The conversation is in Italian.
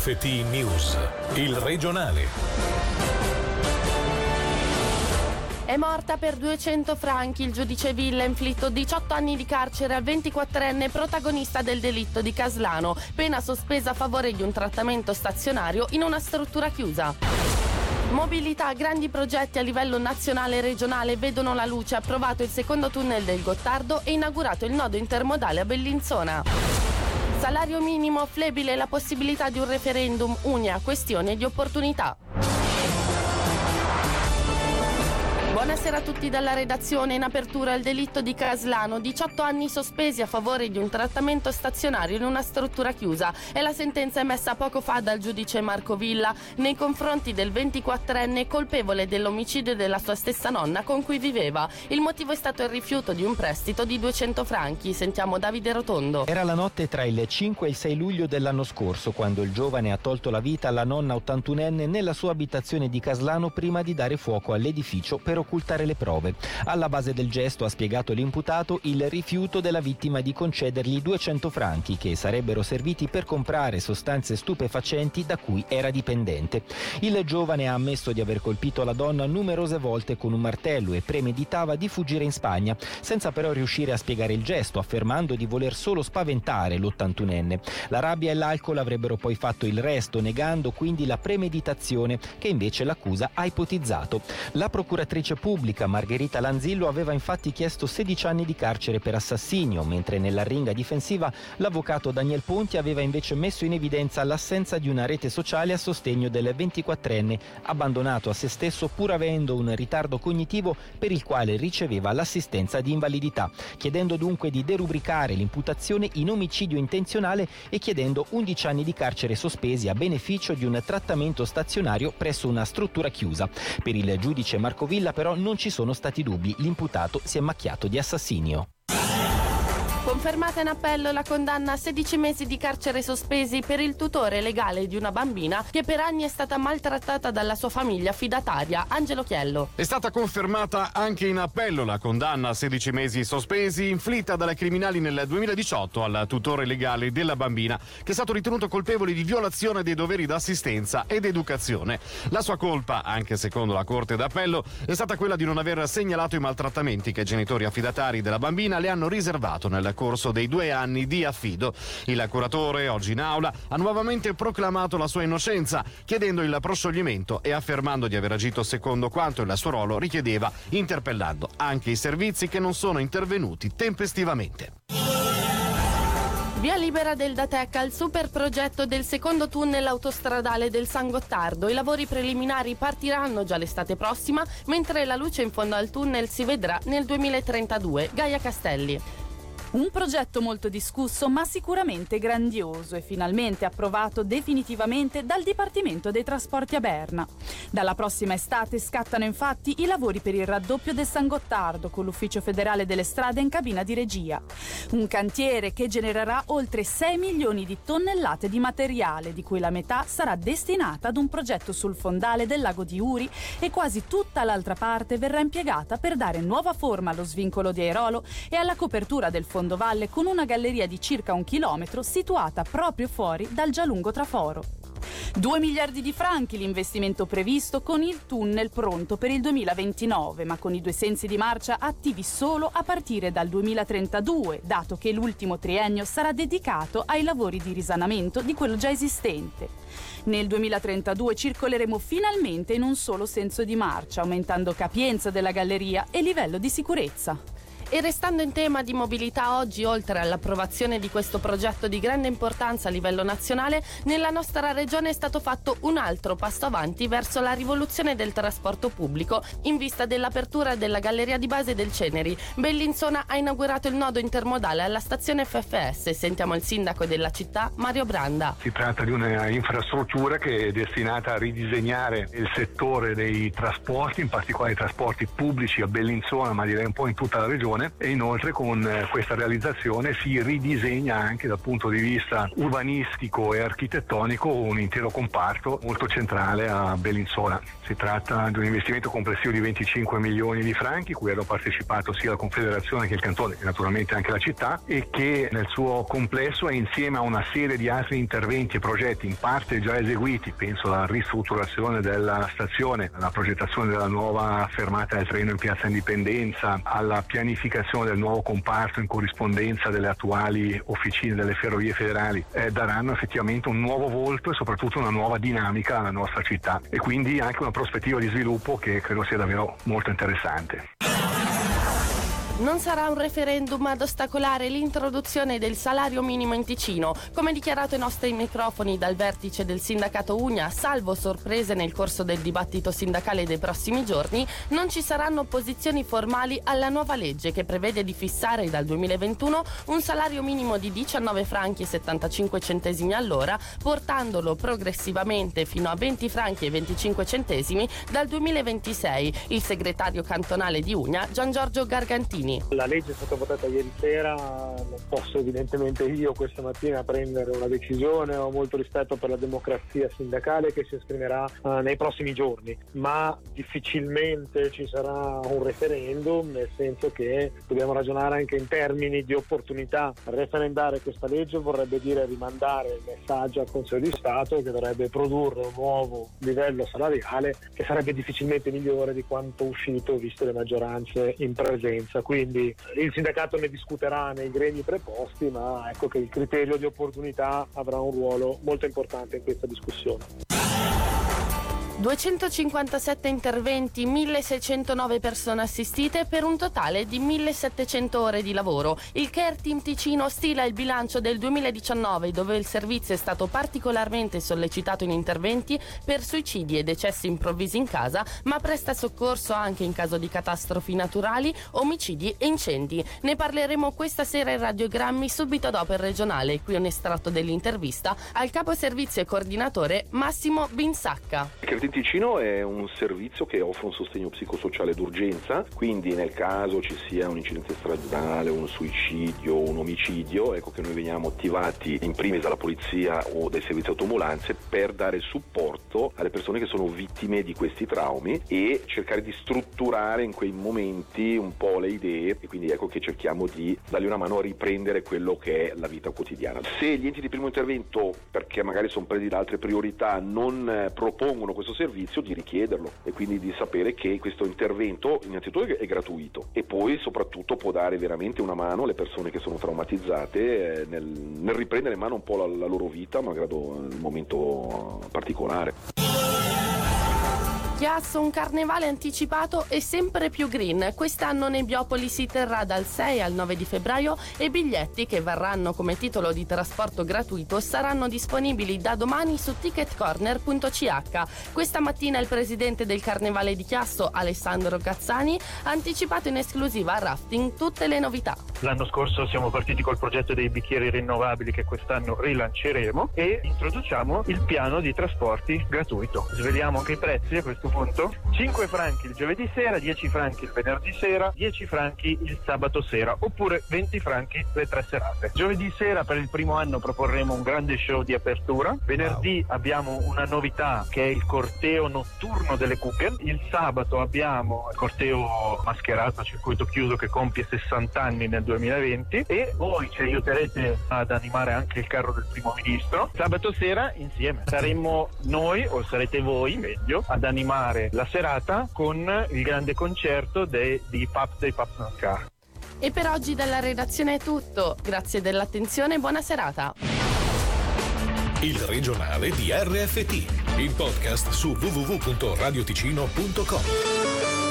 FT News, il regionale. È morta per 200 franchi. Il giudice Villa ha inflitto 18 anni di carcere al 24enne protagonista del delitto di Caslano, pena sospesa a favore di un trattamento stazionario in una struttura chiusa. Mobilità, grandi progetti a livello nazionale e regionale vedono la luce. Approvato il secondo tunnel del Gottardo e inaugurato il nodo intermodale a Bellinzona. Salario minimo, flebile la possibilità di un referendum, unica questione di opportunità. Buonasera a tutti dalla redazione. In apertura il delitto di Caslano, 18 anni sospesi a favore di un trattamento stazionario in una struttura chiusa. È la sentenza emessa poco fa dal giudice Marco Villa nei confronti del 24enne colpevole dell'omicidio della sua stessa nonna con cui viveva. Il motivo è stato il rifiuto di un prestito di 200 franchi. Sentiamo Davide Rotondo. Era la notte tra il 5 e il 6 luglio dell'anno scorso quando il giovane ha tolto la vita alla nonna 81enne nella sua abitazione di Caslano prima di dare fuoco all'edificio per occultare le prove. Alla base del gesto, ha spiegato l'imputato, il rifiuto della vittima di concedergli 200 franchi che sarebbero serviti per comprare sostanze stupefacenti da cui era dipendente. Il giovane ha ammesso di aver colpito la donna numerose volte con un martello e premeditava di fuggire in Spagna, senza però riuscire a spiegare il gesto, affermando di voler solo spaventare l'81enne. La rabbia e l'alcol avrebbero poi fatto il resto, negando quindi la premeditazione che invece l'accusa ha ipotizzato. La procuratrice pubblica Margherita Lanzillo aveva infatti chiesto 16 anni di carcere per assassinio, mentre nella ringa difensiva l'avvocato Daniel Ponti aveva invece messo in evidenza l'assenza di una rete sociale a sostegno del 24enne, abbandonato a se stesso pur avendo un ritardo cognitivo per il quale riceveva l'assistenza di invalidità, chiedendo dunque di derubricare l'imputazione in omicidio intenzionale e chiedendo 11 anni di carcere sospesi a beneficio di un trattamento stazionario presso una struttura chiusa. Per il giudice Marco Villa però non ci sono stati dubbi, l'imputato si è macchiato di assassinio. Confermata in appello la condanna a 16 mesi di carcere sospesi per il tutore legale di una bambina che per anni è stata maltrattata dalla sua famiglia affidataria. Angelo Chiello. È stata confermata anche in appello la condanna a 16 mesi sospesi inflitta dalle criminali nel 2018 al tutore legale della bambina, che è stato ritenuto colpevole di violazione dei doveri d'assistenza ed educazione. La sua colpa, anche secondo la Corte d'Appello, è stata quella di non aver segnalato i maltrattamenti che i genitori affidatari della bambina le hanno riservato nel corso dei 2 anni di affido. Il curatore, oggi in aula, ha nuovamente proclamato la sua innocenza, chiedendo il proscioglimento e affermando di aver agito secondo quanto il suo ruolo richiedeva, interpellando anche i servizi che non sono intervenuti tempestivamente. Via libera del Datec al super progetto del secondo tunnel autostradale del San Gottardo. I lavori preliminari partiranno già l'estate prossima, mentre la luce in fondo al tunnel si vedrà nel 2032. Gaia Castelli. Un progetto molto discusso ma sicuramente grandioso e finalmente approvato definitivamente dal Dipartimento dei Trasporti a Berna. Dalla prossima estate scattano infatti i lavori per il raddoppio del San Gottardo con l'Ufficio Federale delle Strade in cabina di regia. Un cantiere che genererà oltre 6 milioni di tonnellate di materiale, di cui la metà sarà destinata ad un progetto sul fondale del lago di Uri e quasi tutta l'altra parte verrà impiegata per dare nuova forma allo svincolo di Airolo e alla copertura del fondovalle con una galleria di circa 1 chilometro situata proprio fuori dal già lungo traforo. 2 miliardi di franchi l'investimento previsto con il tunnel pronto per il 2029, ma con i 2 sensi di marcia attivi solo a partire dal 2032, dato che l'ultimo triennio sarà dedicato ai lavori di risanamento di quello già esistente. Nel 2032 circoleremo finalmente in un solo senso di marcia, aumentando capienza della galleria e livello di sicurezza. E restando in tema di mobilità, oggi oltre all'approvazione di questo progetto di grande importanza a livello nazionale, nella nostra regione è stato fatto un altro passo avanti verso la rivoluzione del trasporto pubblico in vista dell'apertura della galleria di base del Ceneri. Bellinzona ha inaugurato il nodo intermodale alla stazione FFS. Sentiamo il sindaco della città, Mario Branda. Si tratta di una infrastruttura che è destinata a ridisegnare il settore dei trasporti, in particolare i trasporti pubblici a Bellinzona, ma direi un po' in tutta la regione, stazione, e inoltre con questa realizzazione si ridisegna anche dal punto di vista urbanistico e architettonico un intero comparto molto centrale a Bellinzona. Si tratta di un investimento complessivo di 25 milioni di franchi, cui hanno partecipato sia la Confederazione che il Cantone, e naturalmente anche la città, e che nel suo complesso è insieme a una serie di altri interventi e progetti in parte già eseguiti, penso alla ristrutturazione della stazione, alla progettazione della nuova fermata del treno in Piazza Indipendenza, alla pianificazione del nuovo comparto in corrispondenza delle attuali officine delle Ferrovie Federali, daranno effettivamente un nuovo volto e soprattutto una nuova dinamica alla nostra città, e quindi anche una prospettiva di sviluppo che credo sia davvero molto interessante. Non sarà un referendum ad ostacolare l'introduzione del salario minimo in Ticino. Come dichiarato ai nostri microfoni dal vertice del sindacato Unia, salvo sorprese nel corso del dibattito sindacale dei prossimi giorni, non ci saranno opposizioni formali alla nuova legge che prevede di fissare dal 2021 un salario minimo di 19 franchi e 75 centesimi all'ora, portandolo progressivamente fino a 20 franchi e 25 centesimi dal 2026. Il segretario cantonale di Unia, Gian Giorgio Gargantini. La legge è stata votata ieri sera, non posso evidentemente io questa mattina prendere una decisione, ho molto rispetto per la democrazia sindacale che si esprimerà nei prossimi giorni, ma difficilmente ci sarà un referendum, nel senso che dobbiamo ragionare anche in termini di opportunità. Referendare questa legge vorrebbe dire rimandare il messaggio al Consiglio di Stato, che dovrebbe produrre un nuovo livello salariale che sarebbe difficilmente migliore di quanto uscito viste le maggioranze in presenza. Quindi il sindacato ne discuterà nei gremi preposti, ma ecco che il criterio di opportunità avrà un ruolo molto importante in questa discussione. 257 interventi, 1609 persone assistite per un totale di 1700 ore di lavoro. Il Care Team Ticino stila il bilancio del 2019, dove il servizio è stato particolarmente sollecitato in interventi per suicidi e decessi improvvisi in casa, ma presta soccorso anche in caso di catastrofi naturali, omicidi e incendi. Ne parleremo questa sera in Radiogrammi subito dopo il regionale. Qui un estratto dell'intervista al capo servizio e coordinatore Massimo Binsacca. Ticino è un servizio che offre un sostegno psicosociale d'urgenza, quindi nel caso ci sia un incidente stradale, un suicidio, un omicidio, ecco che noi veniamo attivati in primis dalla polizia o dai servizi autoambulanze per dare supporto alle persone che sono vittime di questi traumi e cercare di strutturare in quei momenti un po' le idee, e quindi ecco che cerchiamo di dargli una mano a riprendere quello che è la vita quotidiana. Se gli enti di primo intervento, perché magari sono presi da altre priorità, non propongono questo servizio, di richiederlo e quindi di sapere che questo intervento innanzitutto è gratuito e poi soprattutto può dare veramente una mano alle persone che sono traumatizzate nel riprendere in mano un po' la loro vita, malgrado un momento particolare. Chiasso, un carnevale anticipato e sempre più green. Quest'anno Nebbiopoli si terrà dal 6 al 9 di febbraio e biglietti, che varranno come titolo di trasporto gratuito, saranno disponibili da domani su ticketcorner.ch. Questa mattina il presidente del Carnevale di Chiasso, Alessandro Cazzani, ha anticipato in esclusiva a Rafting tutte le novità. L'anno scorso siamo partiti col progetto dei bicchieri rinnovabili che quest'anno rilanceremo e introduciamo il piano di trasporti gratuito. Sveliamo anche i prezzi a questo punto: 5 franchi il giovedì sera, 10 franchi il venerdì sera, 10 franchi il sabato sera, oppure 20 franchi le 3 serate. Giovedì sera per il primo anno proporremo un grande show di apertura. Venerdì abbiamo una novità che è il corteo notturno delle Kugel. Il sabato abbiamo il corteo mascherato a circuito chiuso che compie 60 anni nel 2020 e voi ci aiuterete ad animare anche il carro del primo ministro. Sabato sera insieme saremo noi, o sarete voi meglio, ad animare la serata con il grande concerto dei Pups No Car. E per oggi dalla redazione è tutto. Grazie dell'attenzione e buona serata. Il regionale di RFT, il podcast su www.radioticino.com.